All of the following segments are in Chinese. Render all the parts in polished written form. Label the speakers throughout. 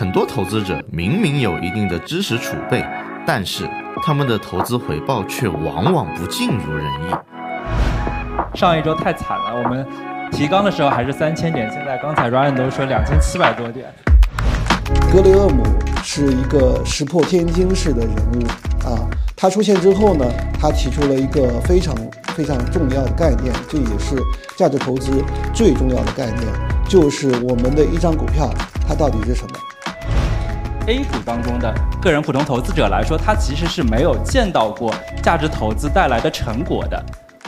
Speaker 1: 很多投资者明明有一定的知识储备，但是他们的投资回报却往往不尽如人意。
Speaker 2: 上一周太惨了，我们提纲的时候还是3000点，现在刚才 Ryan 都说2700多点。
Speaker 3: 格雷厄姆是一个石破天惊式的人物啊，他出现之后呢，他提出了一个非常重要的概念，这也是价值投资最重要的概念，就是我们的一张股票它到底是什么。
Speaker 2: A 股当中的个人普通投资者来说，他其实是没有见到过价值投资带来的成果的。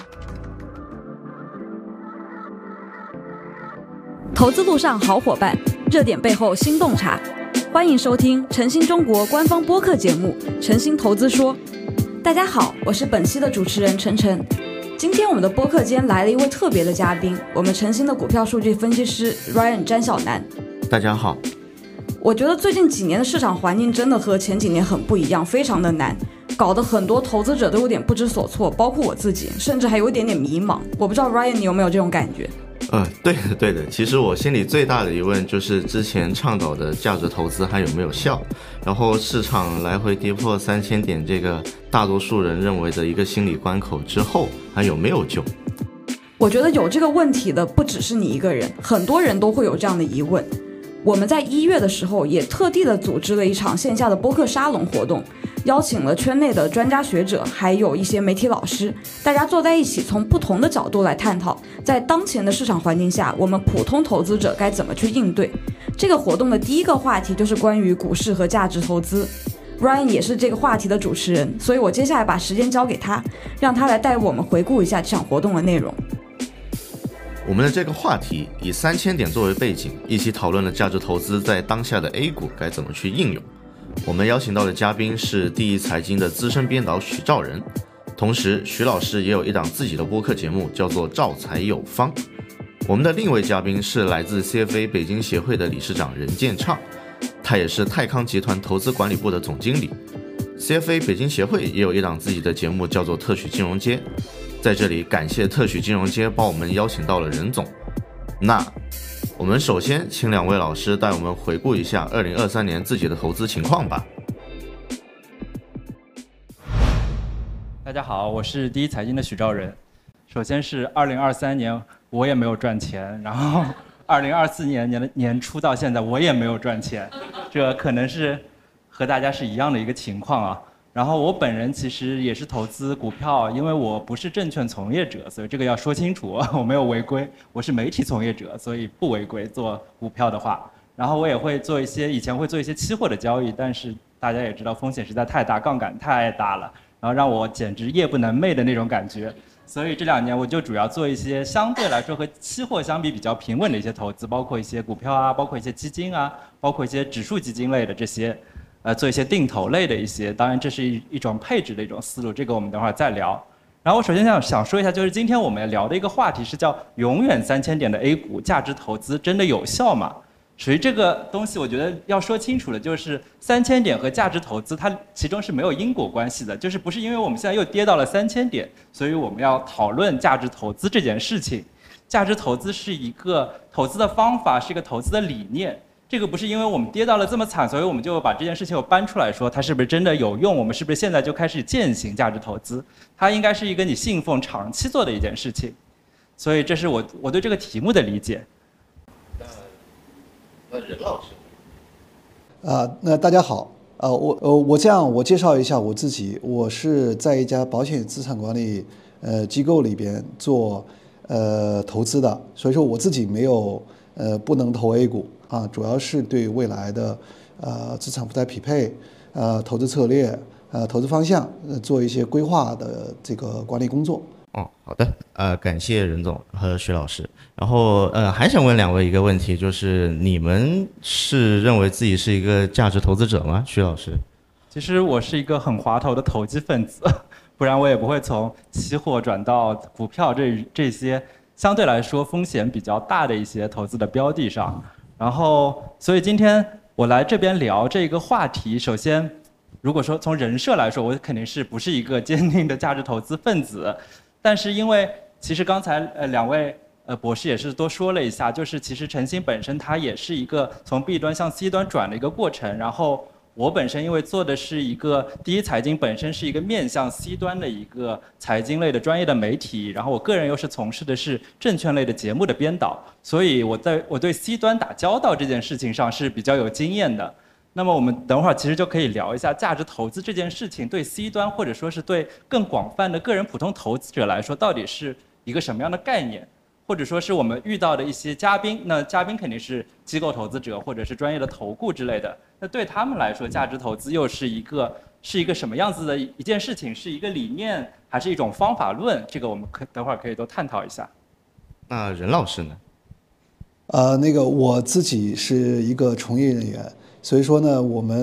Speaker 4: 投资路上好伙伴，热点背后新洞察，欢迎收听晨星中国官方播客节目《晨星投资说》。大家好，我是本期的主持人晨晨。今天我们的播客间来了一位特别的嘉宾，我们晨星的股票数据分析师 Ryan 詹晓楠。
Speaker 1: 大家好。
Speaker 4: 我觉得最近几年的市场环境真的和前几年很不一样，非常的难，搞得很多投资者都有点不知所措，包括我自己，甚至还有一点点迷茫。我不知道 Ryan 你有没有这种感觉？
Speaker 1: 对的。其实我心里最大的疑问就是之前倡导的价值投资还有没有效，然后市场来回跌破3000点这个大多数人认为的一个心理关口之后还有没有救。
Speaker 4: 我觉得有这个问题的不只是你一个人，很多人都会有这样的疑问。我们在1月的时候也特地的组织了一场线下的播客沙龙活动，邀请了圈内的专家学者，还有一些媒体老师，大家坐在一起，从不同的角度来探讨，在当前的市场环境下，我们普通投资者该怎么去应对。这个活动的第一个话题就是关于股市和价值投资。Ryan 也是这个话题的主持人，所以我接下来把时间交给他，让他来带我们回顾一下这场活动的内容。
Speaker 1: 我们的这个话题以3000点作为背景，一起讨论了价值投资在当下的 A 股该怎么去应用。我们邀请到的嘉宾是第一财经的资深编导许兆仁，同时许老师也有一档自己的播客节目叫做兆财有方。我们的另一位嘉宾是来自 CFA 北京协会的理事长任建畅，他也是泰康集团投资管理部的总经理。CFA 北京协会也有一档自己的节目叫做特许金融街。在这里感谢特许金融街帮我们邀请到了任总。那我们首先请2位老师带我们回顾一下2023年自己的投资情况吧。
Speaker 2: 大家好，我是第一财经的许兆仁。首先是2023年我也没有赚钱，然后2024年年初到现在我也没有赚钱，这可能是和大家是一样的一个情况啊。然后我本人其实也是投资股票，因为我不是证券从业者，所以这个要说清楚，我没有违规，我是媒体从业者，所以不违规做股票的话。然后我也会做以前会做一些期货的交易，但是大家也知道风险实在太大，杠杆太大了，然后让我简直夜不能寐的那种感觉。所以这2年我就主要做一些相对来说和期货相比比较平稳的一些投资，包括一些股票啊，包括一些基金啊，包括一些指数基金类的这些。做一些定投类的一些，当然这是一种配置的一种思路，这个我们等会儿再聊。然后我首先想说一下，就是今天我们要聊的一个话题是叫永远3000点的 A 股价值投资真的有效吗？属于这个东西我觉得要说清楚的就是3000点和价值投资它其中是没有因果关系的，就是不是因为我们现在又跌到了3000点，所以我们要讨论价值投资这件事情。价值投资是一个投资的方法，是一个投资的理念。这个不是因为我们跌到了这么惨，所以我们就把这件事情又搬出来说它是不是真的有用，我们是不是现在就开始践行价值投资，它应该是一个你信奉长期做的一件事情。所以这是我对这个题目的理解。
Speaker 1: 任老师
Speaker 3: 那大家好，我介绍一下我自己，我是在一家保险资产管理机构里边做投资的，所以说我自己不能投 A 股啊，主要是对未来的资产负债匹配、投资策略、投资方向做一些规划的这个管理工作。
Speaker 1: 好的，感谢任总和徐老师。然后还想问2位一个问题，就是你们是认为自己是一个价值投资者吗？徐老师。
Speaker 2: 其实我是一个很滑头的投机分子，不然我也不会从期货转到股票这些相对来说风险比较大的一些投资的标的上。然后所以今天我来这边聊这个话题，首先如果说从人设来说，我肯定是不是一个坚定的价值投资分子，但是因为其实刚才2位博士也是多说了一下，就是其实晨星本身它也是一个从 B 端向 C 端转的一个过程，然后我本身因为做的是一个第一财经本身是一个面向 C 端的一个财经类的专业的媒体，然后我个人又是从事的是证券类的节目的编导，所以我对 C 端打交道这件事情上是比较有经验的。那么我们等会儿其实就可以聊一下价值投资这件事情对 C 端或者说是对更广泛的个人普通投资者来说到底是一个什么样的概念，或者说是我们遇到的一些嘉宾，那嘉宾肯定是机构投资者或者是专业的投顾之类的，那对他们来说价值投资又是一个什么样子的一件事情，是一个理念还是一种方法论，这个我们等会儿可以都探讨一下。
Speaker 1: 那任老师呢？
Speaker 3: 我自己是一个从业人员，所以说呢，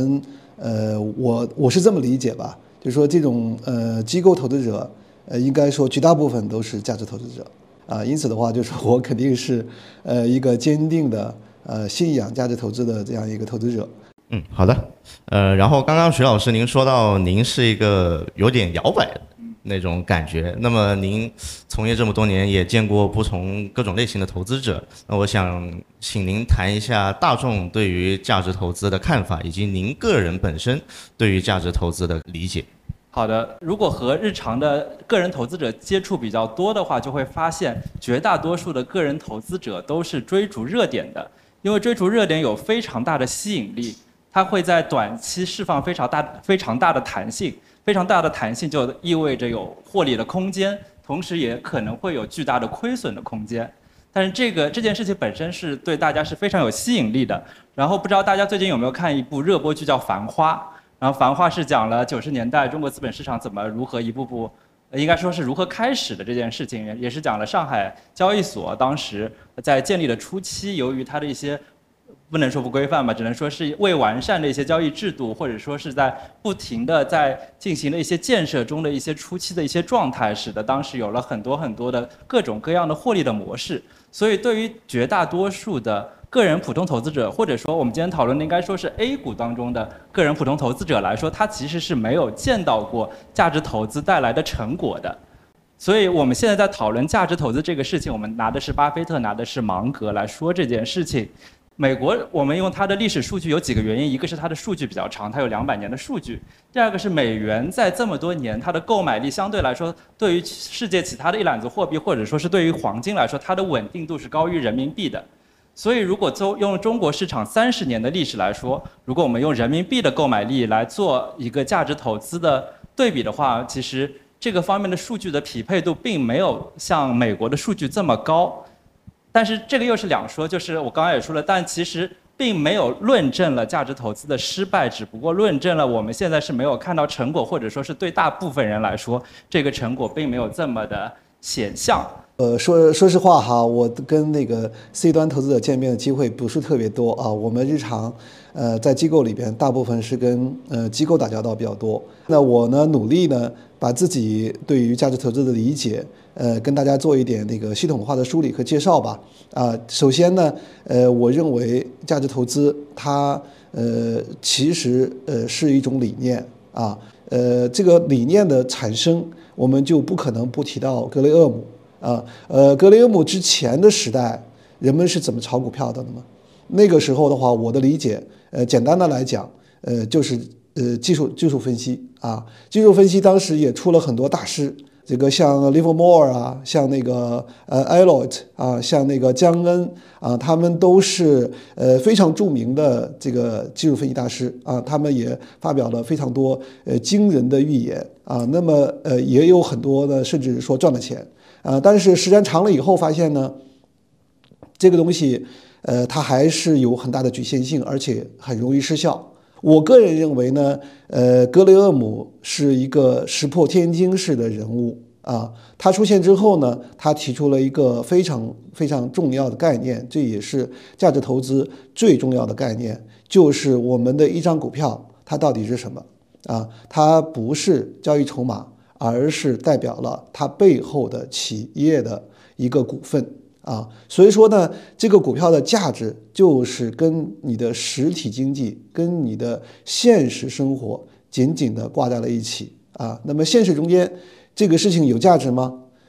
Speaker 3: 我是这么理解吧，就是说这种机构投资者，应该说绝大部分都是价值投资者啊，因此的话，就是我肯定是一个坚定的信仰价值投资的这样一个投资者。
Speaker 1: 好的，然后刚刚徐老师您说到您是一个有点摇摆的那种感觉，那么您从业这么多年也见过不同各种类型的投资者，那我想请您谈一下大众对于价值投资的看法，以及您个人本身对于价值投资的理解。
Speaker 2: 好的，如果和日常的个人投资者接触比较多的话，就会发现绝大多数的个人投资者都是追逐热点的，因为追逐热点有非常大的吸引力，它会在短期释放非常大的弹性，非常大的弹性就意味着有获利的空间，同时也可能会有巨大的亏损的空间。但是这件事情本身是对大家是非常有吸引力的。然后不知道大家最近有没有看一部热播剧叫《繁花》，然后《繁花》是讲了90年代中国资本市场如何一步步，应该说是如何开始的这件事情，也是讲了上海交易所当时在建立的初期，由于它的一些不能说不规范吧，只能说是未完善的一些交易制度，或者说是在不停的在进行的一些建设中的一些初期的一些状态，使得当时有了很多的各种各样的获利的模式。所以对于绝大多数的个人普通投资者，或者说我们今天讨论的应该说是 A 股当中的个人普通投资者来说，他其实是没有见到过价值投资带来的成果的。所以我们现在在讨论价值投资这个事情，我们拿的是巴菲特，拿的是芒格来说这件事情。美国我们用它的历史数据有几个原因，一个是它的数据比较长，它有200年的数据；第二个是美元在这么多年它的购买力相对来说，对于世界其他的一揽子货币或者说是对于黄金来说，它的稳定度是高于人民币的。所以如果用中国市场30年的历史来说，如果我们用人民币的购买力来做一个价值投资的对比的话，其实这个方面的数据的匹配度并没有像美国的数据这么高。但是这个又是两说，就是我刚刚也说了，但其实并没有论证了价值投资的失败，只不过论证了我们现在是没有看到成果，或者说是对大部分人来说，这个成果并没有这么的显象。
Speaker 3: 说实话哈，我跟那个 C 端投资者见面的机会不是特别多啊。我们日常在机构里边，大部分是跟机构打交道比较多。那我呢，努力呢，把自己对于价值投资的理解，跟大家做一点那个系统化的梳理和介绍吧。首先呢，我认为价值投资它其实是一种理念啊。这个理念的产生，我们就不可能不提到格雷厄姆。格雷厄姆之前的时代，人们是怎么炒股票的呢？那个时候的话，我的理解，简单的来讲，就是技术分析啊，技术分析当时也出了很多大师，这个像 Livermore 啊，像那个Elliott 啊，像那个江恩啊，他们都是非常著名的这个技术分析大师啊，他们也发表了非常多惊人的预言啊，那么也有很多呢，甚至说赚了钱。但是时间长了以后发现呢，这个东西，它还是有很大的局限性，而且很容易失效。我个人认为呢，格雷厄姆是一个石破天惊式的人物啊。他出现之后呢，他提出了一个非常非常重要的概念，这也是价值投资最重要的概念，就是我们的一张股票它到底是什么啊？它不是交易筹码，而是代表了它背后的企业的一个股份啊，所以说呢，这个股票的价值就是跟你的实体经济、跟你的现实生活紧紧的挂在了一起啊。那么现实中间这个事情有价值吗？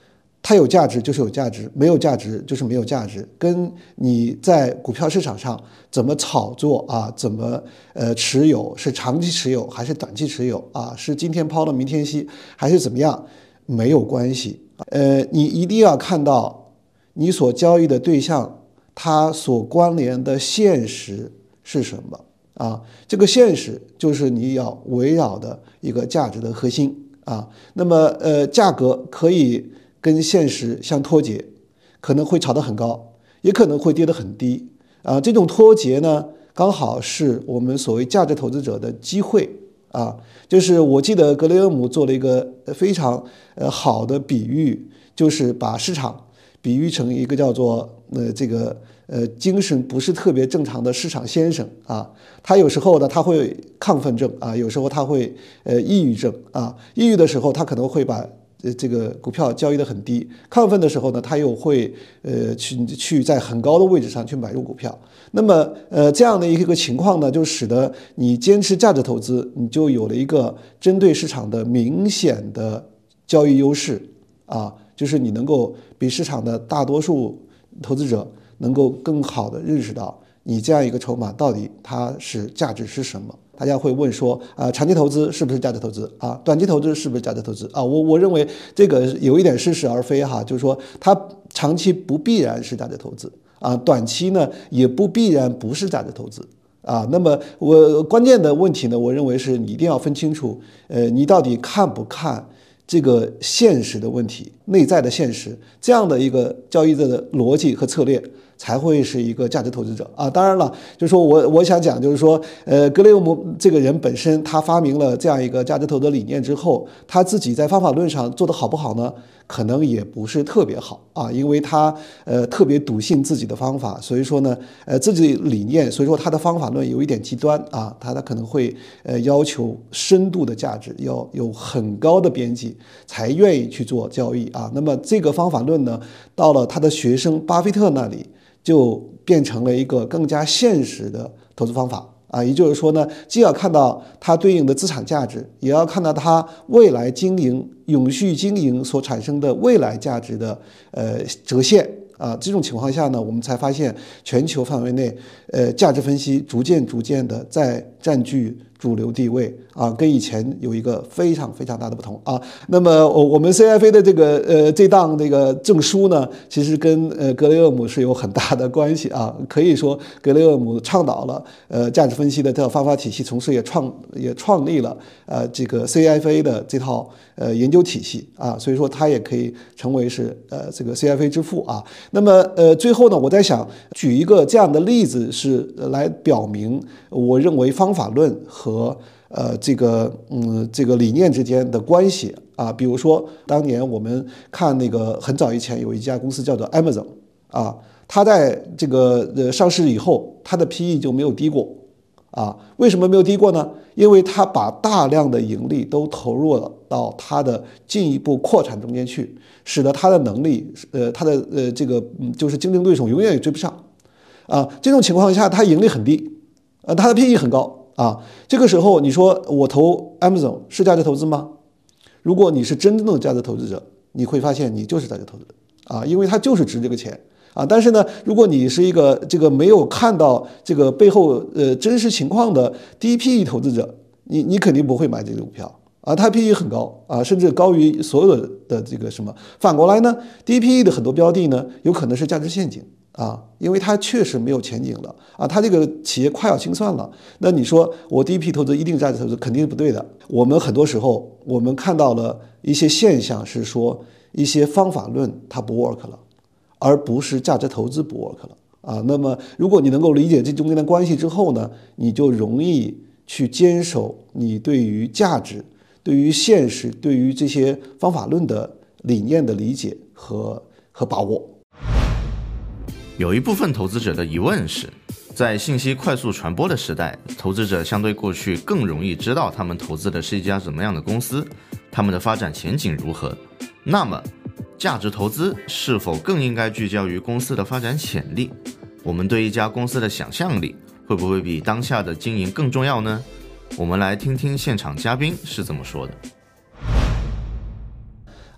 Speaker 3: 它有价值就是有价值，没有价值就是没有价值，跟你在股票市场上怎么炒作啊，怎么持有，是长期持有还是短期持有啊，是今天抛了明天吸还是怎么样，没有关系。你一定要看到你所交易的对象它所关联的现实是什么啊？这个现实就是你要围绕的一个价值的核心啊。那么价格可以跟现实相脱节，可能会炒得很高，也可能会跌得很低啊。这种脱节呢，刚好是我们所谓价值投资者的机会啊。就是我记得格雷厄姆做了一个非常好的比喻，就是把市场比喻成一个叫做精神不是特别正常的市场先生啊。他有时候呢他会亢奋症啊，有时候他会抑郁症啊。抑郁的时候他可能会把这个股票交易得很低，亢奋的时候呢，他又会去在很高的位置上去买入股票。那么这样的一个情况呢，就使得你坚持价值投资，你就有了一个针对市场的明显的交易优势啊，就是你能够比市场的大多数投资者能够更好的认识到你这样一个筹码到底它是价值是什么。大家会问说长期投资是不是价值投资啊？短期投资是不是价值投资啊？我认为这个有一点似是而非哈，就是说它长期不必然是价值投资啊，短期呢也不必然不是价值投资啊。那么关键的问题呢，我认为是你一定要分清楚，你到底看不看这个现实的问题，内在的现实，这样的一个交易者的逻辑和策略才会是一个价值投资者啊。当然了，就是说我想讲，就是说，格雷厄姆这个人本身，他发明了这样一个价值投资理念之后，他自己在方法论上做得好不好呢？可能也不是特别好啊，因为他特别笃信自己的方法，所以说呢，自己理念，所以说他的方法论有一点极端啊，他可能会要求深度的价值，要有很高的边际才愿意去做交易啊。那么这个方法论呢，到了他的学生巴菲特那里，就变成了一个更加现实的投资方法啊。也就是说呢，既要看到它对应的资产价值，也要看到它未来经营、永续经营所产生的未来价值的折现啊。这种情况下呢，我们才发现全球范围内价值分析逐渐的在占据主流地位啊，跟以前有一个非常非常大的不同啊。那么我们 CFA 的这档这个证书呢，其实跟格雷厄姆是有很大的关系啊。可以说格雷厄姆倡导了价值分析的这套方法体系，同时也创立了这个 CFA 的这套研究体系啊，所以说他也可以成为是这个 CFA 之父啊。那么最后呢，我在想举一个这样的例子，是来表明我认为方法论和这个理念之间的关系啊。比如说当年我们看那个很早以前有一家公司叫做 Amazon 啊，它在这个上市以后，它的 PE 就没有低过啊。为什么没有低过呢？因为它把大量的盈利都投入了到它的进一步扩产中间去，使得它的能力它的就是竞争对手永远也追不上啊。这种情况下，它盈利很低，它的 PE 很高啊。这个时候你说我投 Amazon 是价值投资吗？如果你是真正的价值投资者，你会发现你就是价值投资者啊，因为它就是值这个钱啊。但是呢，如果你是一个这个没有看到这个背后真实情况的低 PE 投资者，你肯定不会买这个股票啊。它 PE 很高啊，甚至高于所有的这个什么。反过来呢，低 PE 的很多标的呢，有可能是价值陷阱啊，因为它确实没有前景了啊，它这个企业快要清算了。那你说我第一批投资一定价值投资，肯定是不对的。我们很多时候我们看到了一些现象，是说一些方法论它不 work 了，而不是价值投资不 work 了啊。那么如果你能够理解这中间的关系之后呢，你就容易去坚守你对于价值、对于现实、对于这些方法论的理念的理解和把握。
Speaker 1: 有一部分投资者的疑问是，在信息快速传播的时代，投资者相对过去更容易知道他们投资的是一家怎么样的公司，他们的发展前景如何。那么价值投资是否更应该聚焦于公司的发展潜力？我们对一家公司的想象力会不会比当下的经营更重要呢？我们来听听现场嘉宾是怎么说的。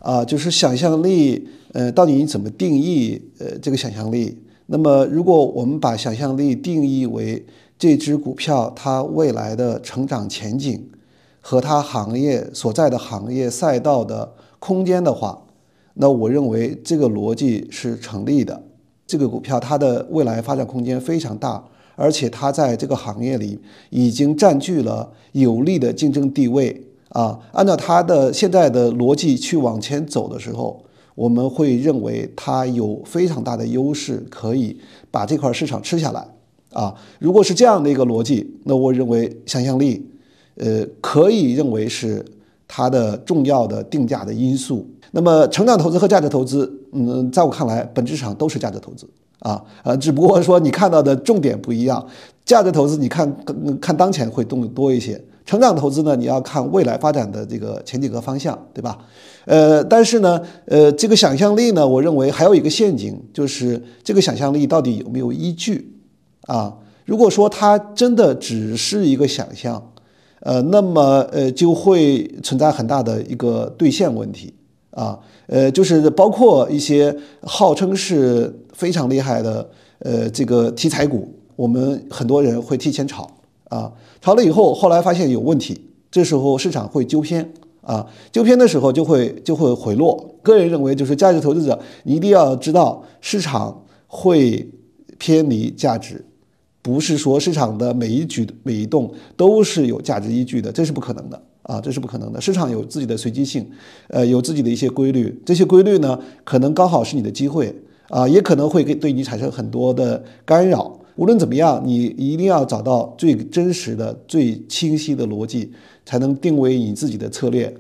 Speaker 3: 就是想象力，到底你怎么定义这个想象力？那么如果我们把想象力定义为这只股票它未来的成长前景和它行业所在的行业赛道的空间的话，那我认为这个逻辑是成立的。这个股票它的未来发展空间非常大，而且它在这个行业里已经占据了有利的竞争地位按照它的现在的逻辑去往前走的时候，我们会认为它有非常大的优势，可以把这块市场吃下来如果是这样的一个逻辑，那我认为想象力可以认为是它的重要的定价的因素。那么成长投资和价值投资在我看来本质上都是价值投资只不过说你看到的重点不一样。价值投资你看当前会动得多一些，成长投资呢你要看未来发展的这个前景和方向，对吧？但是呢这个想象力呢，我认为还有一个陷阱，就是这个想象力到底有没有依据如果说它真的只是一个想象那么就会存在很大的一个兑现问题就是包括一些号称是非常厉害的这个题材股，我们很多人会提前炒炒了以后，后来发现有问题，这时候市场会纠偏纠偏的时候就会回落。个人认为，就是价值投资者你一定要知道市场会偏离价值，不是说市场的每一举每一动都是有价值依据的，这是不可能的这是不可能的。市场有自己的随机性有自己的一些规律，这些规律呢可能刚好是你的机会也可能会对你产生很多的干扰。无论怎么样，你一定要找到最真实的最清晰的逻辑，才能定位你自己的策略。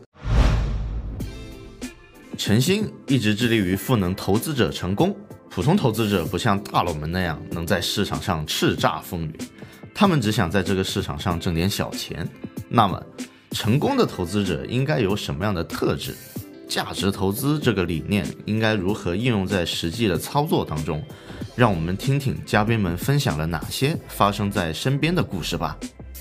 Speaker 1: 陈鑫一直致力于赋能投资者成功，普通投资者不像大佬们那样能在市场上叱咤风云，他们只想在这个市场上挣点小钱。那么成功的投资者应该有什么样的特质？价值投资这个理念应该如何应用在实际的操作当中？让我们听听嘉宾们分享了哪些发生在身边的故事吧。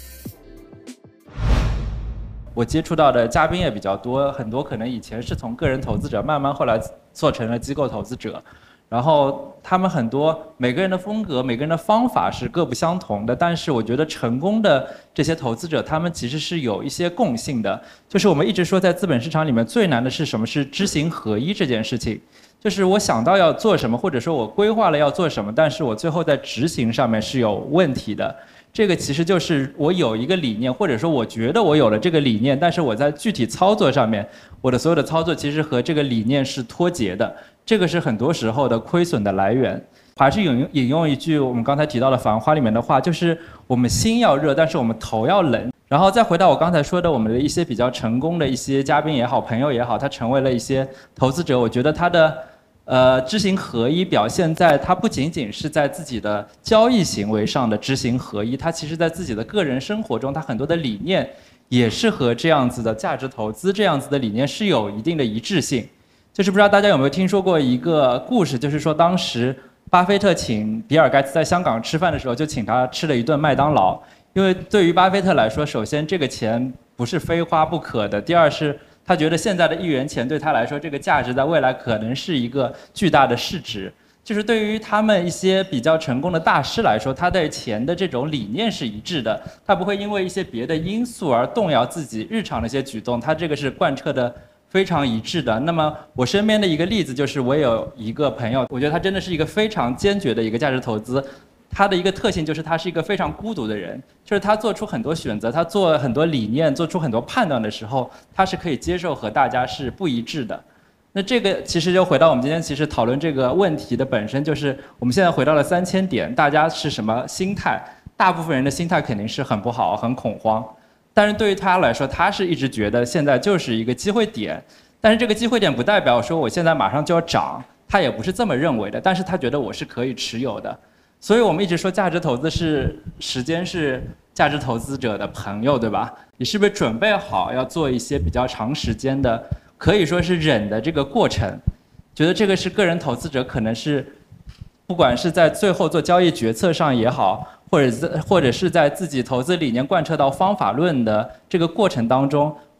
Speaker 2: 我接触到的嘉宾也比较多，很多可能以前是从个人投资者慢慢后来做成了机构投资者，然后他们很多每个人的风格每个人的方法是各不相同的，但是我觉得成功的这些投资者他们其实是有一些共性的，就是我们一直说在资本市场里面最难的是什么？是知行合一这件事情。就是我想到要做什么，或者说我规划了要做什么，但是我最后在执行上面是有问题的。这个其实就是我有一个理念，或者说我觉得我有了这个理念，但是我在具体操作上面，我的所有的操作其实和这个理念是脱节的，这个是很多时候的亏损的来源。还是引用一句我们刚才提到的《繁花》里面的话，就是我们心要热，但是我们头要冷。然后再回到我刚才说的，我们的一些比较成功的一些嘉宾也好，朋友也好，他成为了一些投资者，我觉得他的知行合一表现在他不仅仅是在自己的交易行为上的知行合一，他其实在自己的个人生活中，他很多的理念也是和这样子的价值投资这样子的理念是有一定的一致性。就是不知道大家有没有听说过一个故事，就是说当时巴菲特请比尔盖茨在香港吃饭的时候，就请他吃了一顿麦当劳，因为对于巴菲特来说，首先这个钱不是非花不可的，第二是他觉得现在的1元钱对他来说，这个价值在未来可能是一个巨大的市值。就是对于他们一些比较成功的大师来说，他对钱的这种理念是一致的，他不会因为一些别的因素而动摇自己日常的一些举动，他这个是贯彻的非常一致的。那么我身边的一个例子就是，我有一个朋友，我觉得他真的是一个非常坚决的一个价值投资。他的一个特性就是他是一个非常孤独的人，就是他做出很多选择，他做很多理念，做出很多判断的时候，他是可以接受和大家是不一致的。那这个其实就回到我们今天其实讨论这个问题的本身，就是我们现在回到了3000点，大家是什么心态？大部分人的心态肯定是很不好、很恐慌。但是对于他来说，他是一直觉得现在就是一个机会点，但是这个机会点不代表说我现在马上就要涨，他也不是这么认为的，但是他觉得我是可以持有的。所以我们一直说价值投资是时间是价值投资者的朋友，对吧？你是不是准备好要做一些比较长时间的，可以说是忍的这个过程？觉得这个是个人投资者可能是，不管是在最后做交易决策上也好，或者是在自己投资理念贯彻到方法论的这个过程当中，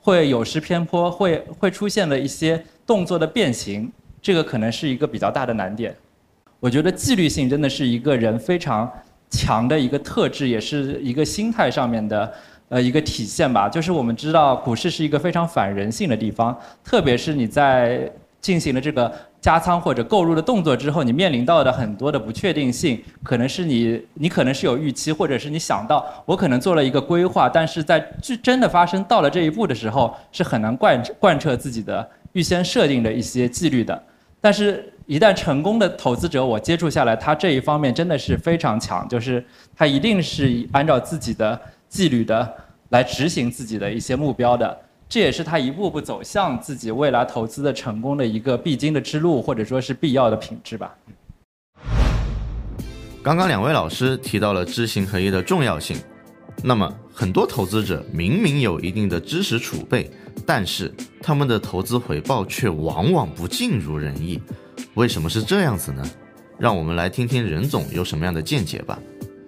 Speaker 2: 会有失偏颇，会出现了一些动作的变形，这个可能是一个比较大的难点。我觉得纪律性真的是一个人非常强的一个特质，也是一个心态上面的一个体现吧。就是我们知道股市是一个非常反人性的地方，特别是你在进行了这个加仓或者购入的动作之后，你面临到的很多的不确定性，可能是你可能是有预期，或者是你想到我可能做了一个规划，但是在真的发生到了这一步的时候，是很难贯彻自己的预先设定的一些纪律的。但是，一旦成功的投资者我接触下来，他这一方面真的是非常强，就是他一定是按照自己的纪律的来执行自己的一些目标的。这也是他一步步走向自己未来投资的成功的一个必经的之路，或者说是必要的品质吧。
Speaker 1: 刚刚2位老师提到了知行合一的重要性，那么很多投资者明明有一定的知识储备，但是他们的投资回报却往往不尽如人意，为什么是这样子呢？让我们来听听任总有什么样的见解吧。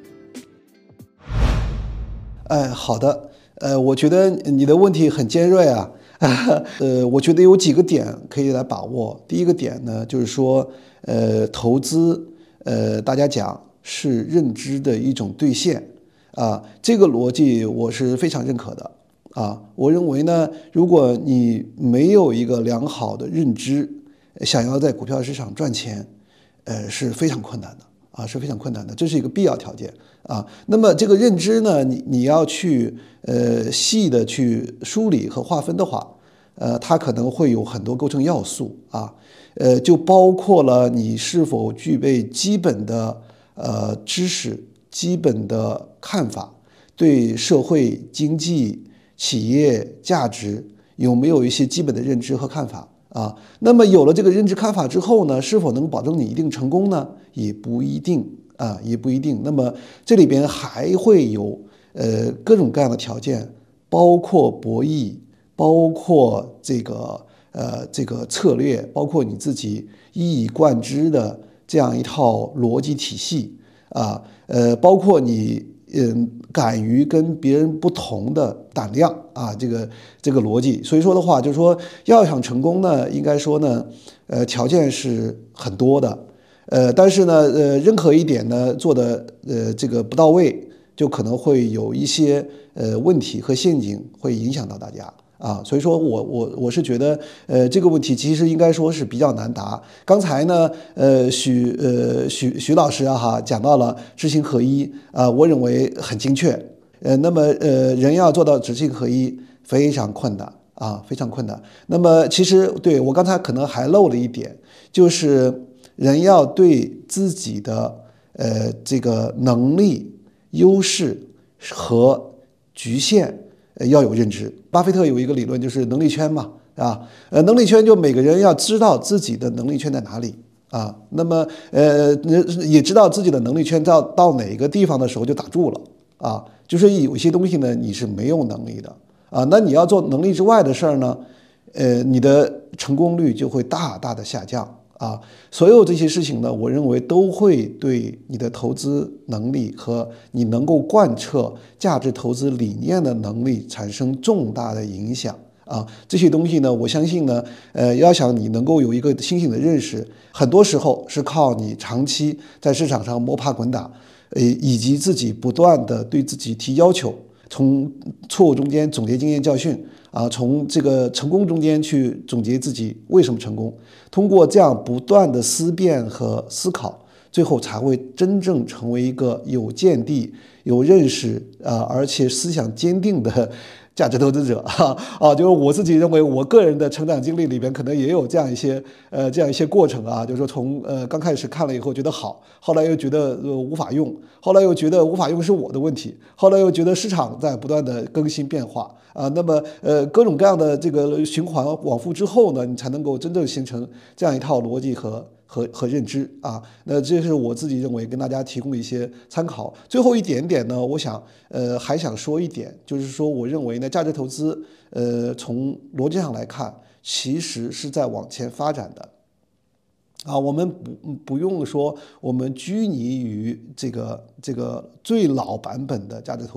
Speaker 3: 好的，我觉得你的问题很尖锐啊，我觉得有几个点可以来把握。第一个点呢，就是说，投资，大家讲是认知的一种兑现啊，这个逻辑我是非常认可的啊。我认为呢，如果你没有一个良好的认知，想要在股票市场赚钱，是非常困难的。是非常困难的，这是一个必要条件啊。那么这个认知呢，你要去细的去梳理和划分的话，它可能会有很多构成要素啊，就包括了你是否具备基本的知识、基本的看法，对社会、经济、企业价值有没有一些基本的认知和看法。那么有了这个认知看法之后呢，是否能保证你一定成功呢？也不一定啊，也不一定。那么这里边还会有各种各样的条件，包括博弈，包括这个策略，包括你自己一以贯之的这样一套逻辑体系啊，包括你敢于跟别人不同的胆量啊，这个逻辑。所以说的话，就是说要想成功呢，应该说呢，条件是很多的，但是呢，任何一点呢做的这个不到位，就可能会有一些问题和陷阱会影响到大家。所以说我是觉得，这个问题其实应该说是比较难答。刚才呢，许老师讲到了知行合一我认为很精确。那么人要做到知行合一非常困难非常困难。那么其实对我刚才可能还漏了一点，就是人要对自己的这个能力、优势和局限要有认知。巴菲特有一个理论，就是能力圈嘛，能力圈就每个人要知道自己的能力圈在哪里那么也知道自己的能力圈到哪个地方的时候就打住了就是有些东西呢你是没有能力的那你要做能力之外的事儿呢，你的成功率就会大大的下降所有这些事情呢，我认为都会对你的投资能力和你能够贯彻价值投资理念的能力产生重大的影响这些东西呢，我相信呢，要想你能够有一个清醒的认识，很多时候是靠你长期在市场上摸爬滚打，以及自己不断的对自己提要求，从错误中间总结经验教训从这个成功中间去总结自己为什么成功，通过这样不断的思辨和思考，最后才会真正成为一个有见地、有认识而且思想坚定的价值投资者就是我自己认为，我个人的成长经历里边可能也有这样一些过程就是说从刚开始看了以后觉得好，后来又觉得无法用，后来又觉得无法用是我的问题，后来又觉得市场在不断的更新变化那么各种各样的这个循环往复之后呢，你才能够真正形成这样一套逻辑和认知那这是我自己认为跟大家提供的一些参考。最后一点点呢，我想还想说一点，就是说我认为呢，价值投资从逻辑上来看，其实是在往前发展的我们不用说我们拘泥于这个最老版本的价值投资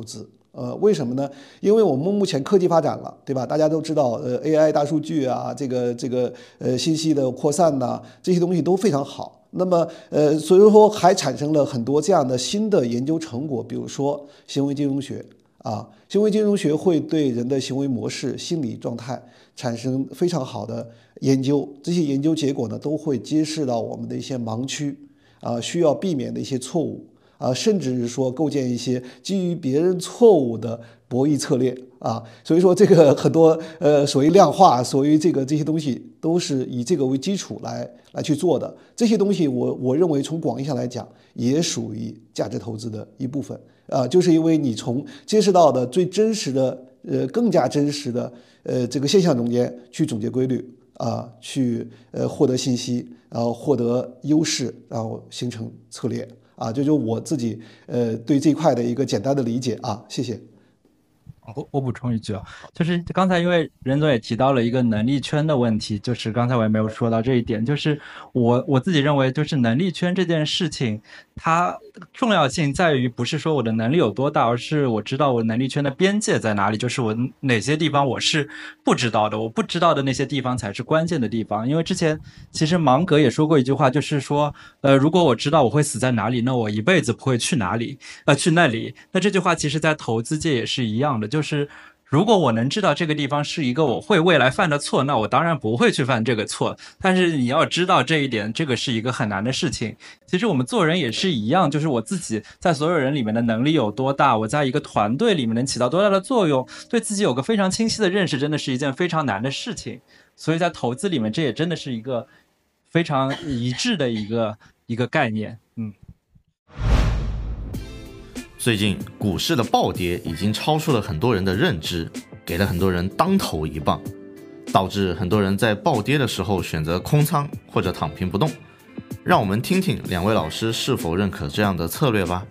Speaker 3: 为什么呢？因为我们目前科技发展了，对吧？大家都知道，AI 大数据啊，这个信息的扩散呐，这些东西都非常好。那么所以说还产生了很多这样的新的研究成果，比如说行为金融学啊，行为金融学会对人的行为模式、心理状态产生非常好的研究，这些研究结果呢都会揭示到我们的一些盲区啊，需要避免的一些错误。甚至是说构建一些基于别人错误的博弈策略啊，所以说这个很多所谓量化，所谓这些东西都是以这个为基础来去做的。这些东西我认为从广义上来讲，也属于价值投资的一部分就是因为你从揭示到的最真实的更加真实的这个现象中间去总结规律去获得信息，然后获得优势，然后形成策略。这就是我自己对这一块的一个简单的理解谢谢。
Speaker 2: 我补充一句就是刚才因为任总也提到了一个能力圈的问题，就是刚才我也没有说到这一点，就是我自己认为就是能力圈这件事情，它重要性在于不是说我的能力有多大，而是我知道我能力圈的边界在哪里，就是我哪些地方我是不知道的，我不知道的那些地方才是关键的地方。因为之前其实芒格也说过一句话，就是说如果我知道我会死在哪里，那我一辈子不会去哪里去那里。那这句话其实在投资界也是一样的，就是如果我能知道这个地方是一个我会未来犯的错，那我当然不会去犯这个错。但是你要知道这一点，这个是一个很难的事情。其实我们做人也是一样，就是我自己在所有人里面的能力有多大，我在一个团队里面能起到多大的作用，对自己有个非常清晰的认识，真的是一件非常难的事情。所以在投资里面，这也真的是一个非常一致的一个概念。
Speaker 1: 最近股市的暴跌已经超出了很多人的认知，给了很多人当头一棒，导致很多人在暴跌的时候选择空仓或者躺平不动。让我们听听两位老师是否认可这样的策略吧。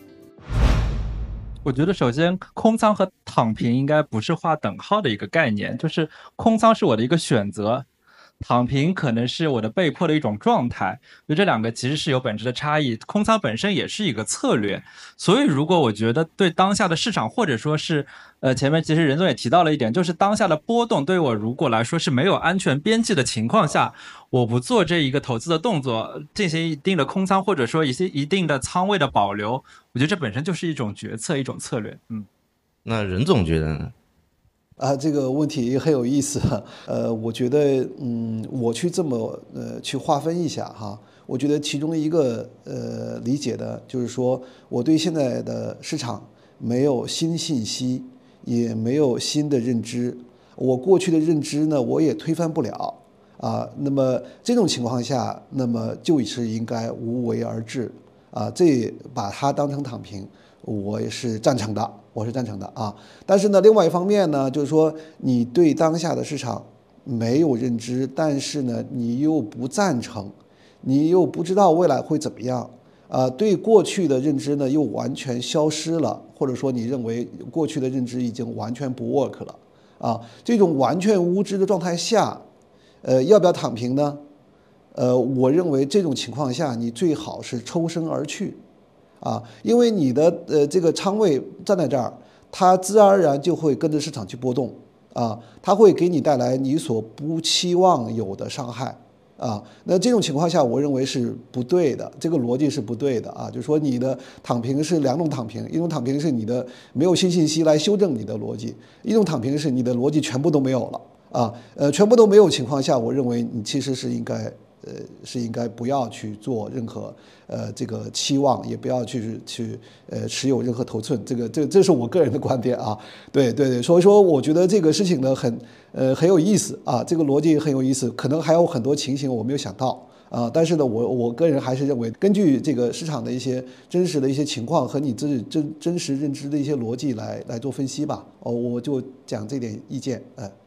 Speaker 2: 我觉得首先空仓和躺平应该不是划等号的一个概念，就是空仓是我的一个选择，躺平可能是我的被迫的一种状态，就这两个其实是有本质的差异。空仓本身也是一个策略，所以如果我觉得对当下的市场，或者说是前面其实任总也提到了一点，就是当下的波动对我如果来说是没有安全边际的情况下，我不做这一个投资的动作，进行一定的空仓，或者说一些一定的仓位的保留，我觉得这本身就是一种决策，一种策略。
Speaker 1: 那任总觉得呢？
Speaker 3: 这个问题很有意思。我觉得，我去这么去划分一下哈，我觉得其中一个理解的就是说，我对现在的市场没有新信息，也没有新的认知，我过去的认知呢，我也推翻不了那么这种情况下，那么就是应该无为而治这把它当成躺平，我也是赞成的。但是呢，另外一方面呢，就是说你对当下的市场没有认知，但是呢，你又不赞成，你又不知道未来会怎么样对过去的认知呢又完全消失了，或者说你认为过去的认知已经完全不 work 了这种完全无知的状态下，要不要躺平呢？我认为这种情况下，你最好是抽身而去。因为你的这个仓位站在这儿，它自然而然就会跟着市场去波动它会给你带来你所不期望有的伤害那这种情况下，我认为是不对的，这个逻辑是不对的就是说你的躺平是两种躺平，一种躺平是你的没有新信息来修正你的逻辑，一种躺平是你的逻辑全部都没有了全部都没有情况下，我认为你其实是应该不要去做任何这个期望，也不要去持有任何头寸，这是我个人的观点对，所以说我觉得这个事情呢很有意思这个逻辑很有意思，可能还有很多情形我没有想到但是呢，我个人还是认为，根据这个市场的一些真实的一些情况和你自己真实认知的一些逻辑来做分析吧我就讲这点意见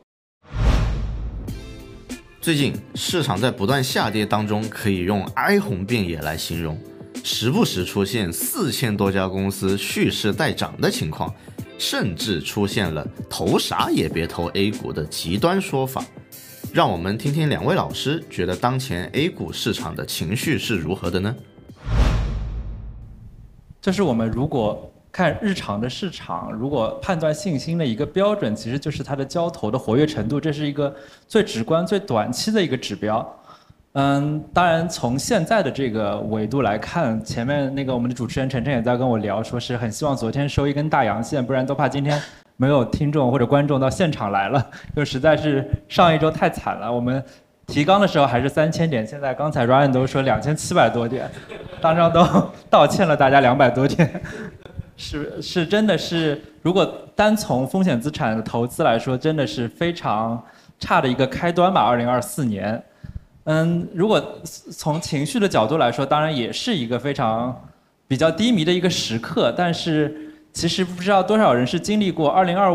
Speaker 1: 最近市场在不断下跌当中，可以用哀鸿遍野来形容，时不时出现4000多家公司蓄势待涨的情况，甚至出现了投啥也别投 A 股的极端说法。让我们听听两位老师觉得当前 A 股市场的情绪是如何的呢？
Speaker 2: 就是我们如果看日常的市场，如果判断信心的一个标准，其实就是它的交投的活跃程度，这是一个最直观、最短期的一个指标。当然从现在的这个维度来看，前面那个我们的主持人晨晨也在跟我聊，说是很希望昨天收一根大阳线，不然都怕今天没有听众或者观众到现场来了，就实在是上一周太惨了。我们提纲的时候还是3000点，现在刚才 Ryan 都说2700多点，当场都道歉了大家200多点。是真的是，如果单从风险资产的投资来说，真的是非常差的一个开端吧。2024年，如果从情绪的角度来说，当然也是一个非常比较低迷的一个时刻。但是其实不知道多少人是经历过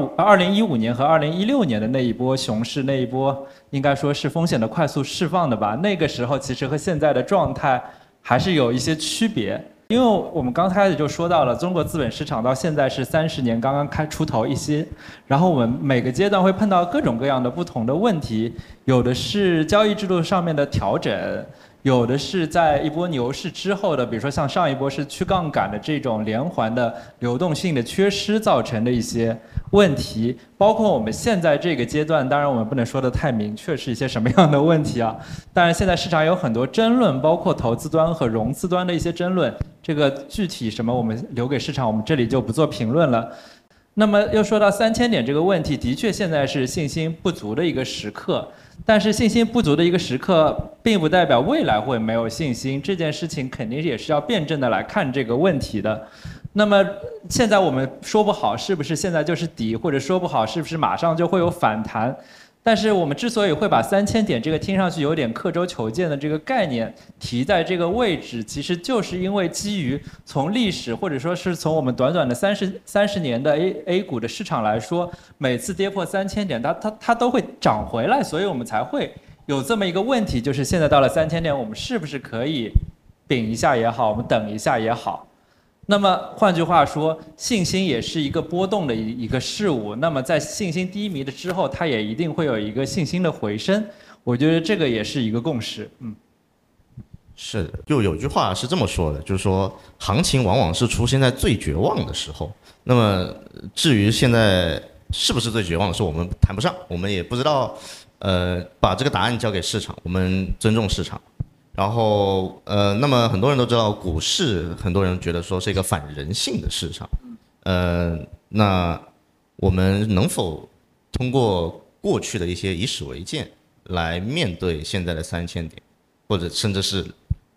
Speaker 2: 2015年和2016年的那一波熊市，那一波应该说是风险的快速释放的吧。那个时候其实和现在的状态还是有一些区别。因为我们刚开始就说到了，中国资本市场到现在是30年刚刚开出头一些，然后我们每个阶段会碰到各种各样的不同的问题，有的是交易制度上面的调整，有的是在一波牛市之后的，比如说像上一波是去杠杆的这种连环的流动性的缺失造成的一些问题，包括我们现在这个阶段，当然我们不能说的太明确是一些什么样的问题啊。当然现在市场有很多争论，包括投资端和融资端的一些争论，这个具体什么我们留给市场，我们这里就不做评论了。那么又说到3000点这个问题，的确现在是信心不足的一个时刻，但是信心不足的一个时刻，并不代表未来会没有信心，这件事情肯定也是要辩证的来看这个问题的。那么现在我们说不好是不是现在就是底，或者说不好是不是马上就会有反弹，但是我们之所以会把3000点这个听上去有点刻舟求剑的这个概念提在这个位置，其实就是因为基于从历史或者说是从我们短短的30年的 A 股的市场来说，每次跌破3000点它都会涨回来，所以我们才会有这么一个问题，就是现在到了3000点，我们是不是可以顶一下也好，我们等一下也好。那么换句话说，信心也是一个波动的一个事物。那么在信心低迷的之后，它也一定会有一个信心的回升。我觉得这个也是一个共识。
Speaker 1: 是的，就有句话是这么说的，就是说行情往往是出现在最绝望的时候。那么至于现在是不是最绝望的时候，我们谈不上，我们也不知道。把这个答案交给市场，我们尊重市场。然后那么很多人都知道股市，很多人觉得说是一个反人性的市场。那我们能否通过过去的一些以史为鉴来面对现在的3000点，或者甚至是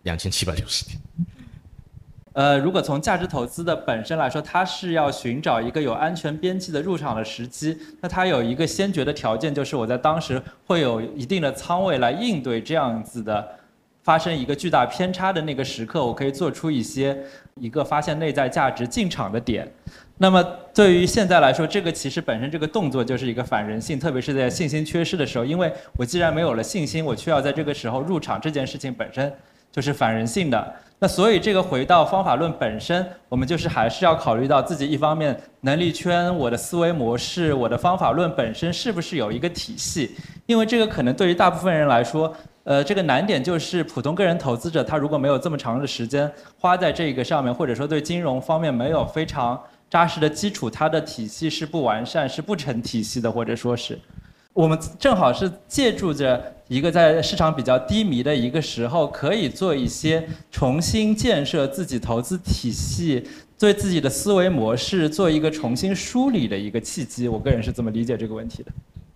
Speaker 1: 2760点？
Speaker 2: 如果从价值投资的本身来说，它是要寻找一个有安全边际的入场的时机。那它有一个先决的条件，就是我在当时会有一定的仓位来应对这样子的发生一个巨大偏差的那个时刻，我可以做出一个发现内在价值进场的点。那么对于现在来说，这个其实本身这个动作就是一个反人性，特别是在信心缺失的时候，因为我既然没有了信心，我却要在这个时候入场，这件事情本身就是反人性的。那所以这个回到方法论本身，我们就是还是要考虑到自己一方面能力圈、我的思维模式、我的方法论本身是不是有一个体系，因为这个可能对于大部分人来说，这个难点就是普通个人投资者他如果没有这么长的时间花在这个上面，或者说对金融方面没有非常扎实的基础，它的体系是不完善、是不成体系的，或者说是。我们正好是借助着一个在市场比较低迷的一个时候，可以做一些重新建设自己投资体系，对自己的思维模式做一个重新梳理的一个契机。我个人是这么理解这个问题的。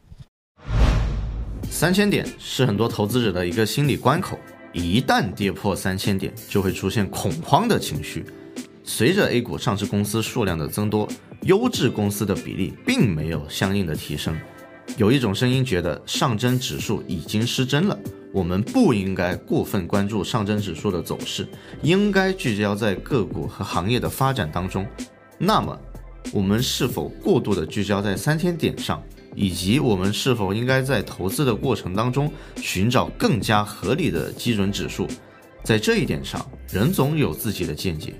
Speaker 1: 3000点是很多投资者的一个心理关口，一旦跌破3000点，就会出现恐慌的情绪。随着 A 股上市公司数量的增多，优质公司的比例并没有相应的提升。有一种声音觉得上证指数已经失真了，我们不应该过分关注上证指数的走势，应该聚焦在个股和行业的发展当中。那么我们是否过度的聚焦在3000点上，以及我们是否应该在投资的过程当中寻找更加合理的基准指数，在这一点上任总有自己的见解。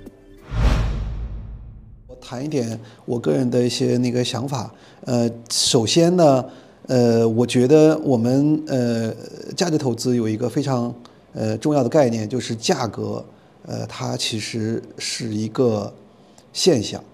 Speaker 3: 我谈一点我个人的一些想法。首先呢，我觉得我们价值投资有一个非常重要的概念，就是价格，它其实是一个现象，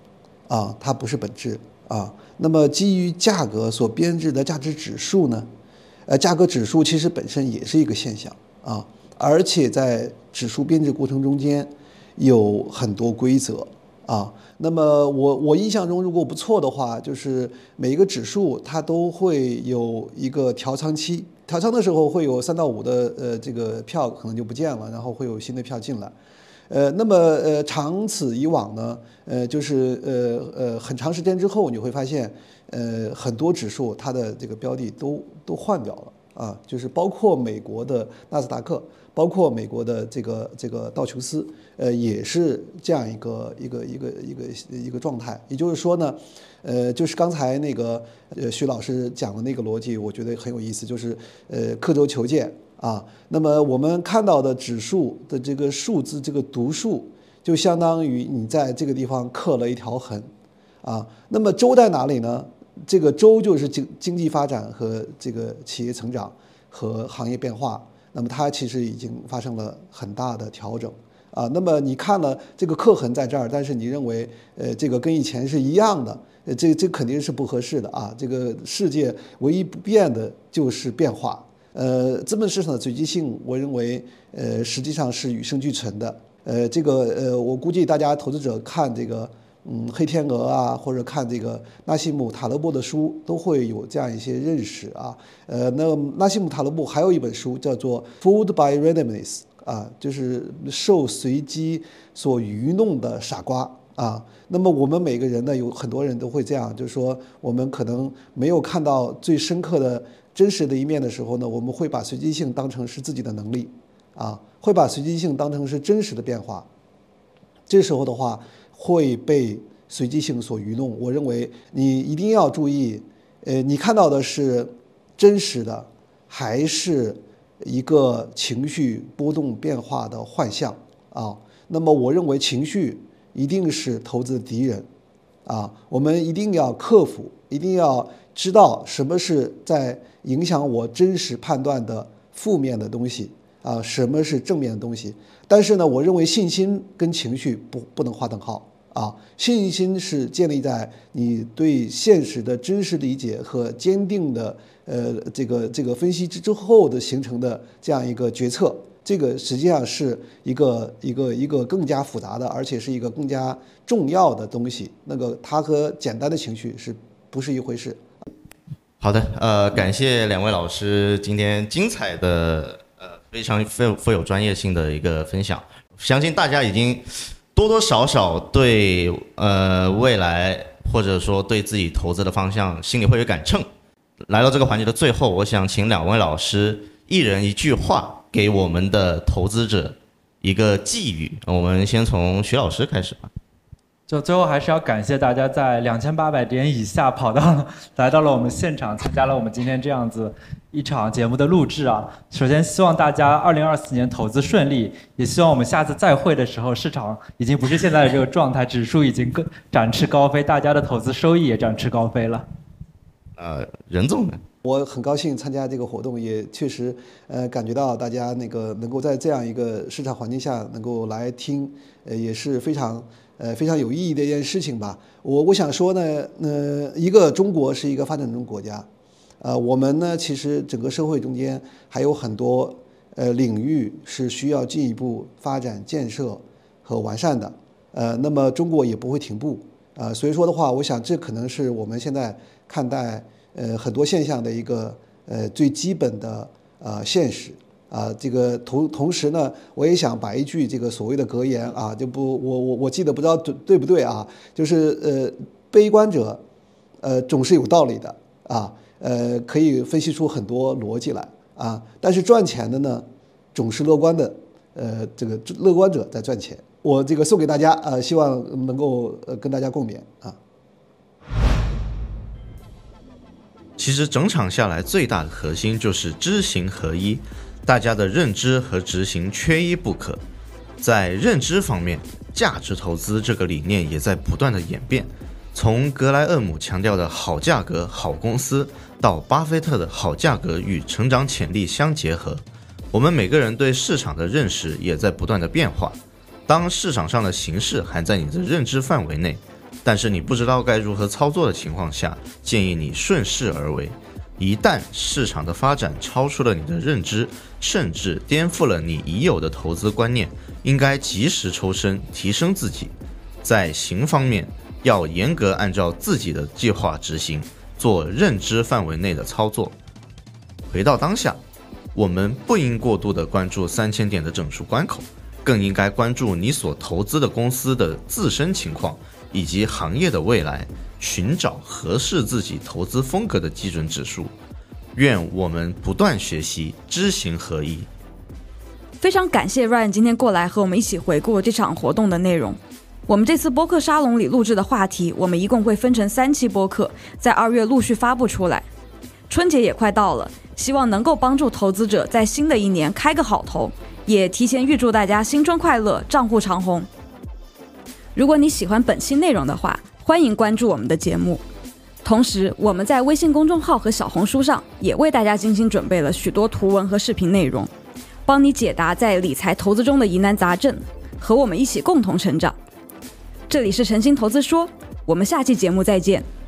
Speaker 3: 啊，它不是本质啊。那么基于价格所编制的价值指数呢？价格指数其实本身也是一个现象啊，而且在指数编制过程中间有很多规则啊。那么我印象中，如果不错的话，就是每一个指数它都会有一个调仓期，调仓的时候会有3到5的这个票可能就不见了，然后会有新的票进来。那么长此以往呢，就是很长时间之后，你会发现，很多指数它的这个标的都换掉了啊，就是包括美国的纳斯达克，包括美国的这个道琼斯，也是这样一个状态。也就是说呢，就是刚才那个徐老师讲的那个逻辑，我觉得很有意思，就是刻舟求剑。啊，那么我们看到的指数的这个数字，这个读数，就相当于你在这个地方刻了一条痕，啊，那么周在哪里呢？这个周就是经济发展和这个企业成长和行业变化，那么它其实已经发生了很大的调整，啊，那么你看了这个刻痕在这儿，但是你认为这个跟以前是一样的，这肯定是不合适的啊，这个世界唯一不变的就是变化。资本市场的随机性，我认为实际上是与生俱存的。我估计大家投资者看这个黑天鹅啊，或者看这个纳西姆塔勒布的书，都会有这样一些认识啊。那纳西姆塔勒布还有一本书叫做《Fooled by Randomness》啊，就是受随机所愚弄的傻瓜啊。那么我们每个人呢，有很多人都会这样，就是说我们可能没有看到最深刻的真实的一面的时候呢，我们会把随机性当成是自己的能力啊，会把随机性当成是真实的变化。这时候的话会被随机性所愚弄。我认为你一定要注意，你看到的是真实的，还是一个情绪波动变化的幻象啊？那么我认为情绪一定是投资的敌人啊，我们一定要克服，一定要知道什么是在影响我真实判断的负面的东西啊，什么是正面的东西。但是呢，我认为信心跟情绪不能划等号啊，信心是建立在你对现实的真实理解和坚定的这个分析之后的形成的这样一个决策。这个实际上是一个更加复杂的，而且是一个更加重要的东西。那个它和简单的情绪是不是一回事？
Speaker 1: 好的，感谢两位老师今天精彩的非常富有专业性的一个分享。相信大家已经多多少少对未来或者说对自己投资的方向心里会有杆秤。来到这个环节的最后，我想请两位老师一人一句话给我们的投资者一个寄语。我们先从徐老师开始吧。
Speaker 2: 就最后还是要感谢大家在2800点以下来到了我们现场，参加了我们今天这样子一场节目的录制啊。首先希望大家2024年投资顺利，也希望我们下次再会的时候，市场已经不是现在的这个状态，指数已经展翅高飞，大家的投资收益也展翅高飞了。
Speaker 1: 任总呢？
Speaker 3: 我很高兴参加这个活动，也确实感觉到大家能够在这样一个市场环境下能够来听，也是非常有意义的一件事情吧。我想说呢，一个中国是一个发展中国家，我们呢其实整个社会中间还有很多领域是需要进一步发展建设和完善的，那么中国也不会停步所以说的话，我想这可能是我们现在看待很多现象的一个最基本的现实这个同时呢，我也想把一句这个所谓的格言我记得不知道对不对啊，就是悲观者总是有道理的可以分析出很多逻辑来但是赚钱的呢总是乐观的这个乐观者在赚钱。我这个送给大家希望能够跟大家共勉
Speaker 1: 其实整场下来最大的核心就是知行合一，大家的认知和执行缺一不可。在认知方面，价值投资这个理念也在不断的演变，从格莱厄姆强调的好价格好公司，到巴菲特的好价格与成长潜力相结合，我们每个人对市场的认识也在不断的变化。当市场上的形势还在你的认知范围内， 但是你不知道该如何操作的情况下，建议你顺势而为。一旦市场的发展超出了你的认知，甚至颠覆了你已有的投资观念，应该及时抽身，提升自己。在行方面，要严格按照自己的计划执行，做认知范围内的操作。回到当下，我们不应过度的关注3000点的整数关口，更应该关注你所投资的公司的自身情况以及行业的未来，寻找合适自己投资风格的基准指数。愿我们不断学习，知行合一。
Speaker 4: 非常感谢 Ryan 今天过来和我们一起回顾这场活动的内容。我们这次播客沙龙里录制的话题，我们一共会分成3期播客，在2月陆续发布出来。春节也快到了，希望能够帮助投资者在新的一年开个好头，也提前预祝大家新春快乐，账户长红。如果你喜欢本期内容的话，欢迎关注我们的节目。同时，我们在微信公众号和小红书上也为大家精心准备了许多图文和视频内容，帮你解答在理财投资中的疑难杂症，和我们一起共同成长。这里是晨星投资说，我们下期节目再见。